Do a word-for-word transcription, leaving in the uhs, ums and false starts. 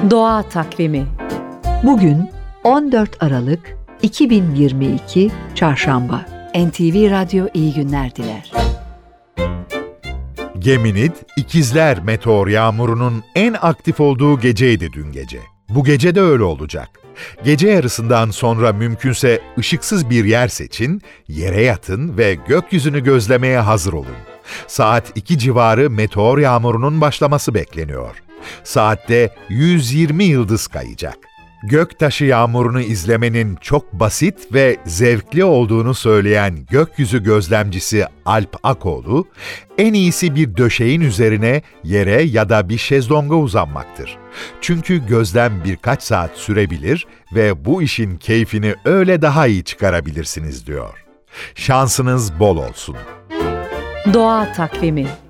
Doğa Takvimi. Bugün on dört Aralık iki bin yirmi iki Çarşamba. N T V Radyo iyi günler diler. Geminid, İkizler meteor yağmurunun en aktif olduğu geceydi dün gece. Bu gece de öyle olacak. Gece yarısından sonra mümkünse ışıksız bir yer seçin, yere yatın ve gökyüzünü gözlemeye hazır olun. Saat iki civarı meteor yağmurunun başlaması bekleniyor. Saatte yüz yirmi yıldız kayacak. Göktaşı yağmurunu izlemenin çok basit ve zevkli olduğunu söyleyen gökyüzü gözlemcisi Alp Akoğlu, en iyisi bir döşeğin üzerine, yere ya da bir şezlonga uzanmaktır. Çünkü gözlem birkaç saat sürebilir ve bu işin keyfini öyle daha iyi çıkarabilirsiniz diyor. Şansınız bol olsun. Doğa Takvimi.